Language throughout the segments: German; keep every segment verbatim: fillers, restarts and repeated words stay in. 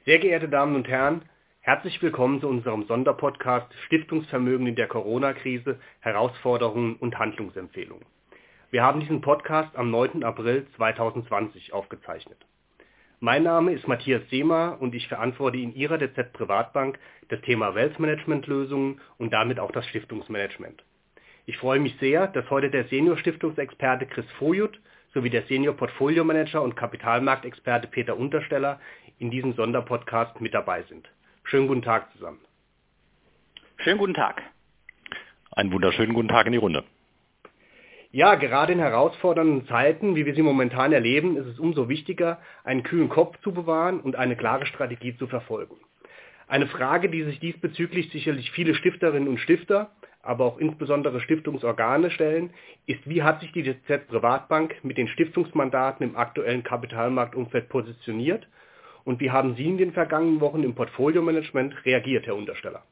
Sehr geehrte Damen und Herren, herzlich willkommen zu unserem Sonderpodcast Stiftungsvermögen in der Corona-Krise, Herausforderungen und Handlungsempfehlungen. Wir haben diesen Podcast am neunten April zweitausendzwanzig aufgezeichnet. Mein Name ist Matthias Seemer und ich verantworte in Ihrer D Z Privatbank das Thema Wealth Management Lösungen und damit auch das Stiftungsmanagement. Ich freue mich sehr, dass heute der Senior-Stiftungsexperte Chris Voigt sowie der Senior-Portfolio-Manager und Kapitalmarktexperte Peter Untersteller in diesem Sonderpodcast mit dabei sind. Schönen guten Tag zusammen. Schönen guten Tag. Einen wunderschönen guten Tag in die Runde. Ja, gerade in herausfordernden Zeiten, wie wir sie momentan erleben, ist es umso wichtiger, einen kühlen Kopf zu bewahren und eine klare Strategie zu verfolgen. Eine Frage, die sich diesbezüglich sicherlich viele Stifterinnen und Stifter, aber auch insbesondere Stiftungsorgane stellen, ist, wie hat sich die D Z Privatbank mit den Stiftungsmandaten im aktuellen Kapitalmarktumfeld positioniert und wie haben Sie in den vergangenen Wochen im Portfolio-Management reagiert, Herr Untersteller?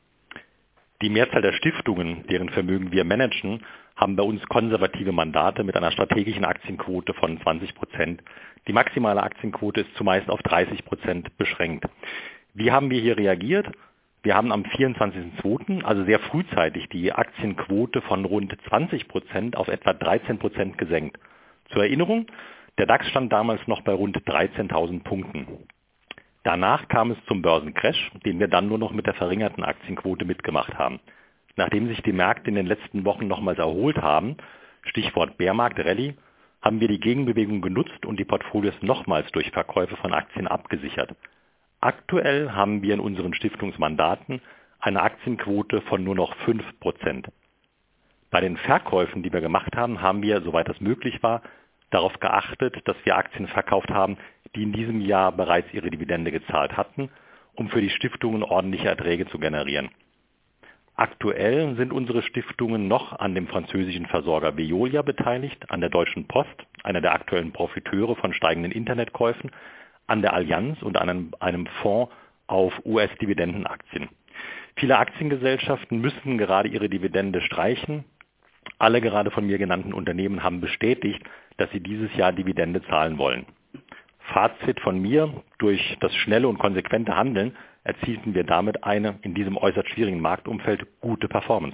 Die Mehrzahl der Stiftungen, deren Vermögen wir managen, haben bei uns konservative Mandate mit einer strategischen Aktienquote von zwanzig Prozent. Die maximale Aktienquote ist zumeist auf dreißig Prozent beschränkt. Wie haben wir hier reagiert? Wir haben am vierundzwanzigsten zweiten, also sehr frühzeitig, die Aktienquote von rund zwanzig Prozent auf etwa dreizehn Prozent gesenkt. Zur Erinnerung, der DAX stand damals noch bei rund dreizehntausend Punkten. Danach kam es zum Börsencrash, den wir dann nur noch mit der verringerten Aktienquote mitgemacht haben. Nachdem sich die Märkte in den letzten Wochen nochmals erholt haben, Stichwort Bärmarkt, Rallye, haben wir die Gegenbewegung genutzt und die Portfolios nochmals durch Verkäufe von Aktien abgesichert. Aktuell haben wir in unseren Stiftungsmandaten eine Aktienquote von nur noch fünf Prozent. Bei den Verkäufen, die wir gemacht haben, haben wir, soweit das möglich war, darauf geachtet, dass wir Aktien verkauft haben, die in diesem Jahr bereits ihre Dividende gezahlt hatten, um für die Stiftungen ordentliche Erträge zu generieren. Aktuell sind unsere Stiftungen noch an dem französischen Versorger Veolia beteiligt, an der Deutschen Post, einer der aktuellen Profiteure von steigenden Internetkäufen, an der Allianz und an einem, einem Fonds auf U S-Dividendenaktien. Viele Aktiengesellschaften müssen gerade ihre Dividende streichen. Alle gerade von mir genannten Unternehmen haben bestätigt, dass sie dieses Jahr Dividende zahlen wollen. Fazit von mir: Durch das schnelle und konsequente Handeln erzielten wir damit eine in diesem äußerst schwierigen Marktumfeld gute Performance.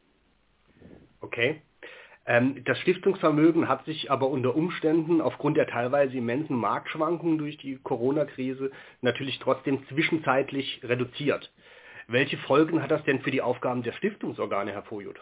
Okay. Das Stiftungsvermögen hat sich aber unter Umständen aufgrund der teilweise immensen Marktschwankungen durch die Corona-Krise natürlich trotzdem zwischenzeitlich reduziert. Welche Folgen hat das denn für die Aufgaben der Stiftungsorgane, Herr Voigt?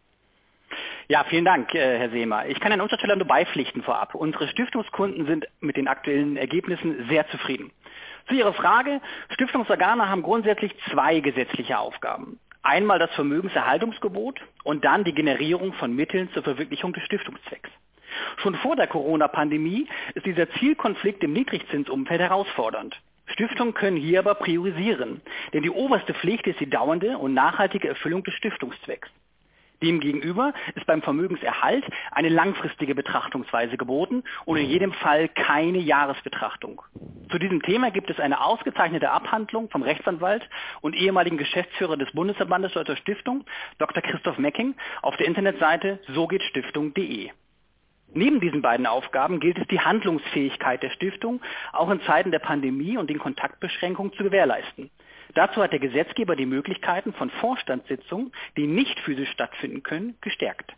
Ja, vielen Dank, Herr Seemer. Ich kann Herrn Untersteller nur beipflichten vorab. Unsere Stiftungskunden sind mit den aktuellen Ergebnissen sehr zufrieden. Zu Ihrer Frage: Stiftungsorgane haben grundsätzlich zwei gesetzliche Aufgaben. Einmal das Vermögenserhaltungsgebot und dann die Generierung von Mitteln zur Verwirklichung des Stiftungszwecks. Schon vor der Corona-Pandemie ist dieser Zielkonflikt im Niedrigzinsumfeld herausfordernd. Stiftungen können hier aber priorisieren, denn die oberste Pflicht ist die dauernde und nachhaltige Erfüllung des Stiftungszwecks. Demgegenüber ist beim Vermögenserhalt eine langfristige Betrachtungsweise geboten und in jedem Fall keine Jahresbetrachtung. Zu diesem Thema gibt es eine ausgezeichnete Abhandlung vom Rechtsanwalt und ehemaligen Geschäftsführer des Bundesverbandes Deutscher Stiftung, Doktor Christoph Mecking, auf der Internetseite so geht stiftung punkt de. Neben diesen beiden Aufgaben gilt es, die Handlungsfähigkeit der Stiftung auch in Zeiten der Pandemie und den Kontaktbeschränkungen zu gewährleisten. Dazu hat der Gesetzgeber die Möglichkeiten von Vorstandssitzungen, die nicht physisch stattfinden können, gestärkt.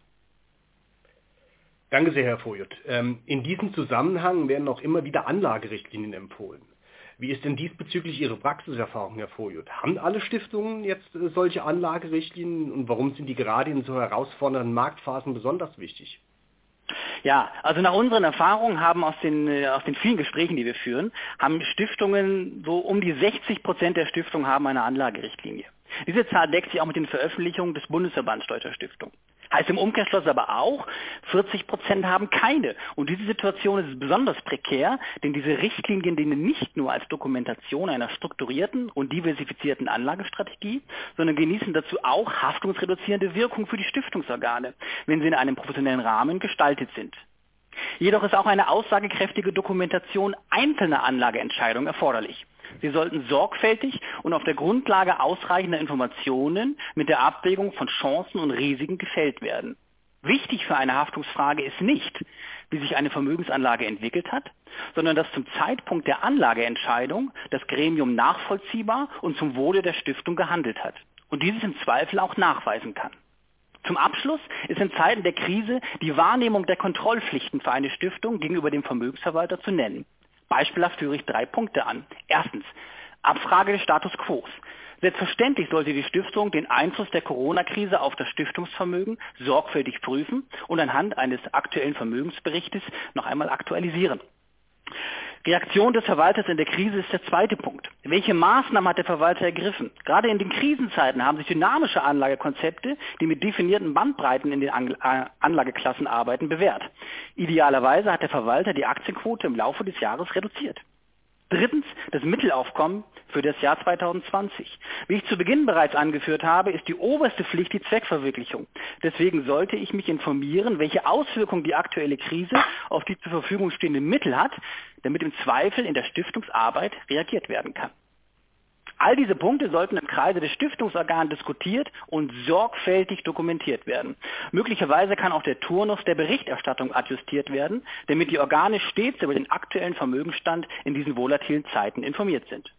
Danke sehr, Herr Voigt. In diesem Zusammenhang werden auch immer wieder Anlagerichtlinien empfohlen. Wie ist denn diesbezüglich Ihre Praxiserfahrung, Herr Voigt? Haben alle Stiftungen jetzt solche Anlagerichtlinien und warum sind die gerade in so herausfordernden Marktphasen besonders wichtig? Ja, also nach unseren Erfahrungen haben aus den, äh, aus den vielen Gesprächen, die wir führen, haben Stiftungen, so um die sechzig Prozent der Stiftungen haben eine Anlagerichtlinie. Diese Zahl deckt sich auch mit den Veröffentlichungen des Bundesverbands Deutscher Stiftung. Heißt im Umkehrschluss aber auch, vierzig Prozent haben keine. Und diese Situation ist besonders prekär, denn diese Richtlinien dienen nicht nur als Dokumentation einer strukturierten und diversifizierten Anlagestrategie, sondern genießen dazu auch haftungsreduzierende Wirkung für die Stiftungsorgane, wenn sie in einem professionellen Rahmen gestaltet sind. Jedoch ist auch eine aussagekräftige Dokumentation einzelner Anlageentscheidungen erforderlich. Sie sollten sorgfältig und auf der Grundlage ausreichender Informationen mit der Abwägung von Chancen und Risiken gefällt werden. Wichtig für eine Haftungsfrage ist nicht, wie sich eine Vermögensanlage entwickelt hat, sondern dass zum Zeitpunkt der Anlageentscheidung das Gremium nachvollziehbar und zum Wohle der Stiftung gehandelt hat und dieses im Zweifel auch nachweisen kann. Zum Abschluss ist in Zeiten der Krise die Wahrnehmung der Kontrollpflichten für eine Stiftung gegenüber dem Vermögensverwalter zu nennen. Beispielhaft führe ich drei Punkte an. Erstens, Abfrage des Status Quos. Selbstverständlich sollte die Stiftung den Einfluss der Corona-Krise auf das Stiftungsvermögen sorgfältig prüfen und anhand eines aktuellen Vermögensberichtes noch einmal aktualisieren. Reaktion des Verwalters in der Krise ist der zweite Punkt. Welche Maßnahmen hat der Verwalter ergriffen? Gerade in den Krisenzeiten haben sich dynamische Anlagekonzepte, die mit definierten Bandbreiten in den Anlageklassen arbeiten, bewährt. Idealerweise hat der Verwalter die Aktienquote im Laufe des Jahres reduziert. Drittens, das Mittelaufkommen für das Jahr zweitausendzwanzig. Wie ich zu Beginn bereits angeführt habe, ist die oberste Pflicht die Zweckverwirklichung. Deswegen sollte ich mich informieren, welche Auswirkungen die aktuelle Krise auf die zur Verfügung stehenden Mittel hat, damit im Zweifel in der Stiftungsarbeit reagiert werden kann. All diese Punkte sollten im Kreise des Stiftungsorgans diskutiert und sorgfältig dokumentiert werden. Möglicherweise kann auch der Turnus der Berichterstattung adjustiert werden, damit die Organe stets über den aktuellen Vermögensstand in diesen volatilen Zeiten informiert sind.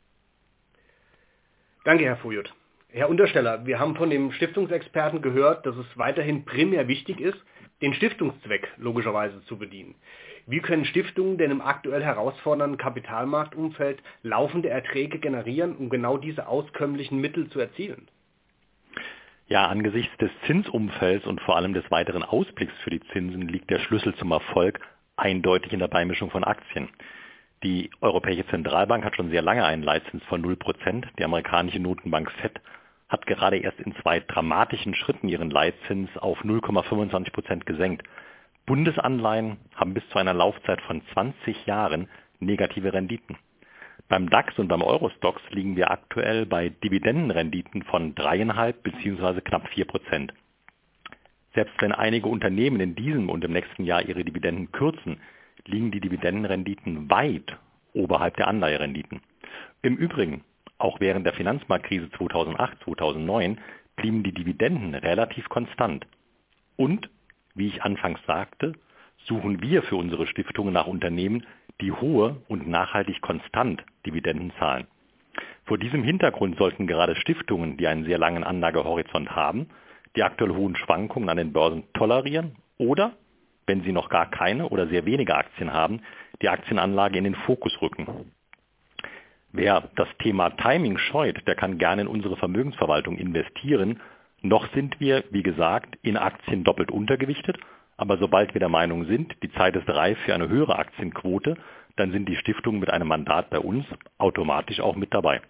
Danke, Herr Fujut. Herr Untersteller, wir haben von dem Stiftungsexperten gehört, dass es weiterhin primär wichtig ist, den Stiftungszweck logischerweise zu bedienen. Wie können Stiftungen denn im aktuell herausfordernden Kapitalmarktumfeld laufende Erträge generieren, um genau diese auskömmlichen Mittel zu erzielen? Ja, angesichts des Zinsumfelds und vor allem des weiteren Ausblicks für die Zinsen liegt der Schlüssel zum Erfolg eindeutig in der Beimischung von Aktien. Die Europäische Zentralbank hat schon sehr lange einen Leitzins von null Prozent. Die amerikanische Notenbank Fed hat gerade erst in zwei dramatischen Schritten ihren Leitzins auf null Komma fünfundzwanzig Prozent gesenkt. Bundesanleihen haben bis zu einer Laufzeit von zwanzig Jahren negative Renditen. Beim DAX und beim Eurostoxx liegen wir aktuell bei Dividendenrenditen von dreieinhalb bzw. knapp vier Prozent. Selbst wenn einige Unternehmen in diesem und im nächsten Jahr ihre Dividenden kürzen, liegen die Dividendenrenditen weit oberhalb der Anleiherenditen. Im Übrigen, auch während der Finanzmarktkrise zweitausendacht, zweitausendneun blieben die Dividenden relativ konstant. Und wie ich anfangs sagte, suchen wir für unsere Stiftungen nach Unternehmen, die hohe und nachhaltig konstant Dividenden zahlen. Vor diesem Hintergrund sollten gerade Stiftungen, die einen sehr langen Anlagehorizont haben, die aktuell hohen Schwankungen an den Börsen tolerieren oder, wenn sie noch gar keine oder sehr wenige Aktien haben, die Aktienanlage in den Fokus rücken. Wer das Thema Timing scheut, der kann gerne in unsere Vermögensverwaltung investieren. Noch sind wir, wie gesagt, in Aktien doppelt untergewichtet, aber sobald wir der Meinung sind, die Zeit ist reif für eine höhere Aktienquote, dann sind die Stiftungen mit einem Mandat bei uns automatisch auch mit dabei.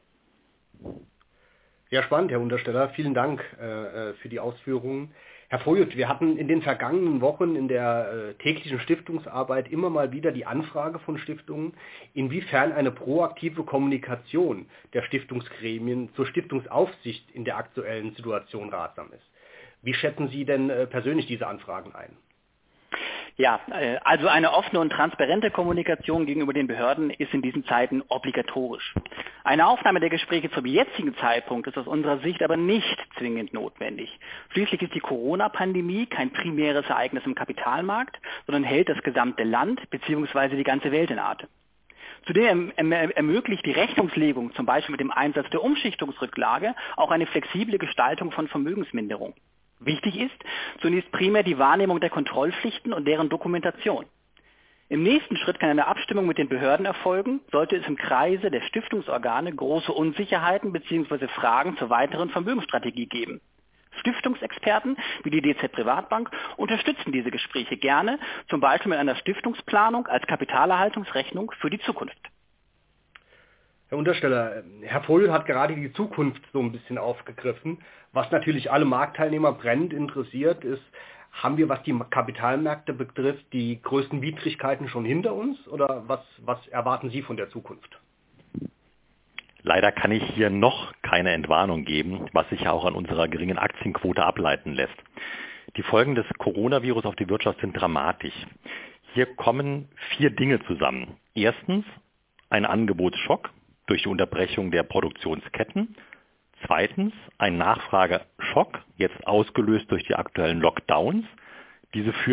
Ja, spannend, Herr Untersteller. Vielen Dank äh, für die Ausführungen. Herr Fujut, wir hatten in den vergangenen Wochen in der äh, täglichen Stiftungsarbeit immer mal wieder die Anfrage von Stiftungen, inwiefern eine proaktive Kommunikation der Stiftungsgremien zur Stiftungsaufsicht in der aktuellen Situation ratsam ist. Wie schätzen Sie denn äh, persönlich diese Anfragen ein? Ja, also eine offene und transparente Kommunikation gegenüber den Behörden ist in diesen Zeiten obligatorisch. Eine Aufnahme der Gespräche zum jetzigen Zeitpunkt ist aus unserer Sicht aber nicht zwingend notwendig. Schließlich ist die Corona-Pandemie kein primäres Ereignis im Kapitalmarkt, sondern hält das gesamte Land bzw. die ganze Welt in Atem. Zudem erm erm ermöglicht die Rechnungslegung, zum Beispiel mit dem Einsatz der Umschichtungsrücklage, auch eine flexible Gestaltung von Vermögensminderung. Wichtig ist zunächst primär die Wahrnehmung der Kontrollpflichten und deren Dokumentation. Im nächsten Schritt kann eine Abstimmung mit den Behörden erfolgen, sollte es im Kreise der Stiftungsorgane große Unsicherheiten bzw. Fragen zur weiteren Vermögensstrategie geben. Stiftungsexperten wie die D Z Privatbank unterstützen diese Gespräche gerne, zum Beispiel mit einer Stiftungsplanung als Kapitalerhaltungsrechnung für die Zukunft. Herr Untersteller, Herr Fujut hat gerade die Zukunft so ein bisschen aufgegriffen. Was natürlich alle Marktteilnehmer brennend interessiert, ist, haben wir, was die Kapitalmärkte betrifft, die größten Widrigkeiten schon hinter uns oder was, was erwarten Sie von der Zukunft? Leider kann ich hier noch keine Entwarnung geben, was sich ja auch an unserer geringen Aktienquote ableiten lässt. Die Folgen des Coronavirus auf die Wirtschaft sind dramatisch. Hier kommen vier Dinge zusammen. Erstens ein Angebotsschock durch die Unterbrechung der Produktionsketten. Zweitens ein Nachfrageschock, jetzt ausgelöst durch die aktuellen Lockdowns. Diese führen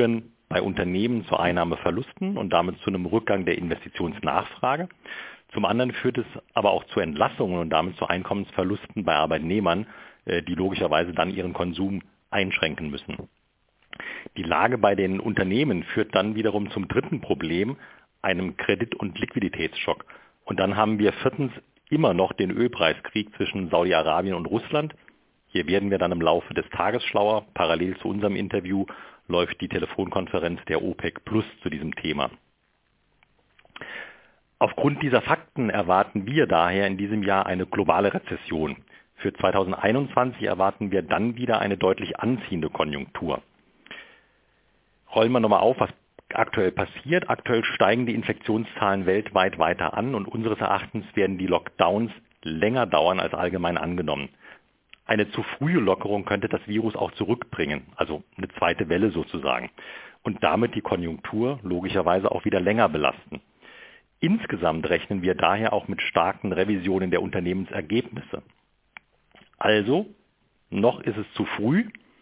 bei Unternehmen zu Einnahmeverlusten und damit zu einem Rückgang der Investitionsnachfrage. Zum anderen führt es aber auch zu Entlassungen und damit zu Einkommensverlusten bei Arbeitnehmern, die logischerweise dann ihren Konsum einschränken müssen. Die Lage bei den Unternehmen führt dann wiederum zum dritten Problem, einem Kredit- und Liquiditätsschock. Und dann haben wir viertens immer noch den Ölpreiskrieg zwischen Saudi-Arabien und Russland. Hier werden wir dann im Laufe des Tages schlauer. Parallel zu unserem Interview läuft die Telefonkonferenz der OPEC Plus zu diesem Thema. Aufgrund dieser Fakten erwarten wir daher in diesem Jahr eine globale Rezession. Für zweitausendeinundzwanzig erwarten wir dann wieder eine deutlich anziehende Konjunktur. Rollen wir nochmal auf, was aktuell passiert. Aktuell steigen die Infektionszahlen weltweit weiter an und unseres Erachtens werden die Lockdowns länger dauern als allgemein angenommen. Eine zu frühe Lockerung könnte das Virus auch zurückbringen, also eine zweite Welle sozusagen, und damit die Konjunktur logischerweise auch wieder länger belasten. Insgesamt rechnen wir daher auch mit starken Revisionen der Unternehmensergebnisse. Also, noch ist es zu früh,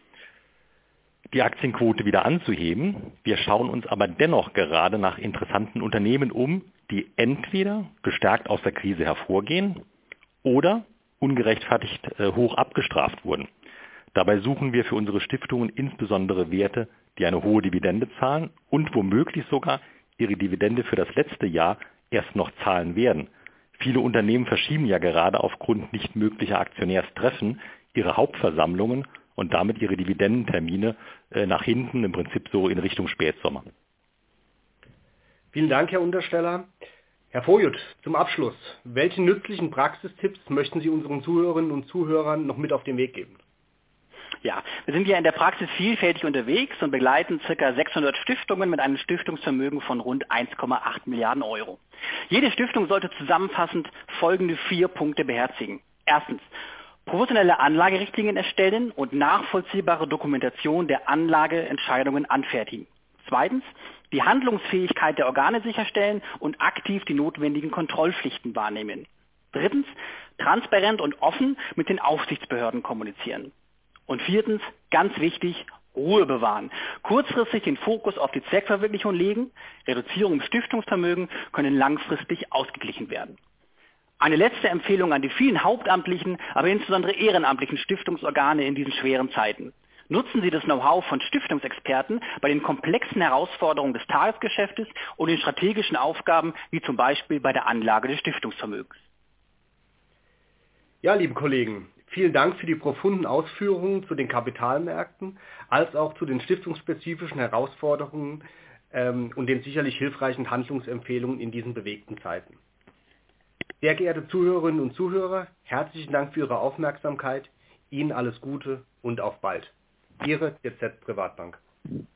die Aktienquote wieder anzuheben. Wir schauen uns aber dennoch gerade nach interessanten Unternehmen um, die entweder gestärkt aus der Krise hervorgehen oder ungerechtfertigt äh, hoch abgestraft wurden. Dabei suchen wir für unsere Stiftungen insbesondere Werte, die eine hohe Dividende zahlen und womöglich sogar ihre Dividende für das letzte Jahr erst noch zahlen werden. Viele Unternehmen verschieben ja gerade aufgrund nicht möglicher Aktionärstreffen ihre Hauptversammlungen und damit ihre Dividendentermine äh, nach hinten, im Prinzip so in Richtung Spätsommer. Vielen Dank, Herr Untersteller. Herr Voigt, zum Abschluss, welche nützlichen Praxistipps möchten Sie unseren Zuhörerinnen und Zuhörern noch mit auf den Weg geben? Ja, wir sind ja in der Praxis vielfältig unterwegs und begleiten ca. sechshundert Stiftungen mit einem Stiftungsvermögen von rund eins Komma acht Milliarden Euro. Jede Stiftung sollte zusammenfassend folgende vier Punkte beherzigen. Erstens, professionelle Anlagerichtlinien erstellen und nachvollziehbare Dokumentation der Anlageentscheidungen anfertigen. Zweitens, die Handlungsfähigkeit der Organe sicherstellen und aktiv die notwendigen Kontrollpflichten wahrnehmen. Drittens, transparent und offen mit den Aufsichtsbehörden kommunizieren. Und viertens, ganz wichtig, Ruhe bewahren. Kurzfristig den Fokus auf die Zweckverwirklichung legen, Reduzierung im Stiftungsvermögen können langfristig ausgeglichen werden. Eine letzte Empfehlung an die vielen hauptamtlichen, aber insbesondere ehrenamtlichen Stiftungsorgane in diesen schweren Zeiten. Nutzen Sie das Know-how von Stiftungsexperten bei den komplexen Herausforderungen des Tagesgeschäftes und den strategischen Aufgaben, wie zum Beispiel bei der Anlage des Stiftungsvermögens. Ja, liebe Kollegen, vielen Dank für die profunden Ausführungen zu den Kapitalmärkten, als auch zu den stiftungsspezifischen Herausforderungen ähm, und den sicherlich hilfreichen Handlungsempfehlungen in diesen bewegten Zeiten. Sehr geehrte Zuhörerinnen und Zuhörer, herzlichen Dank für Ihre Aufmerksamkeit. Ihnen alles Gute und auf bald. Ihre T Z Privatbank.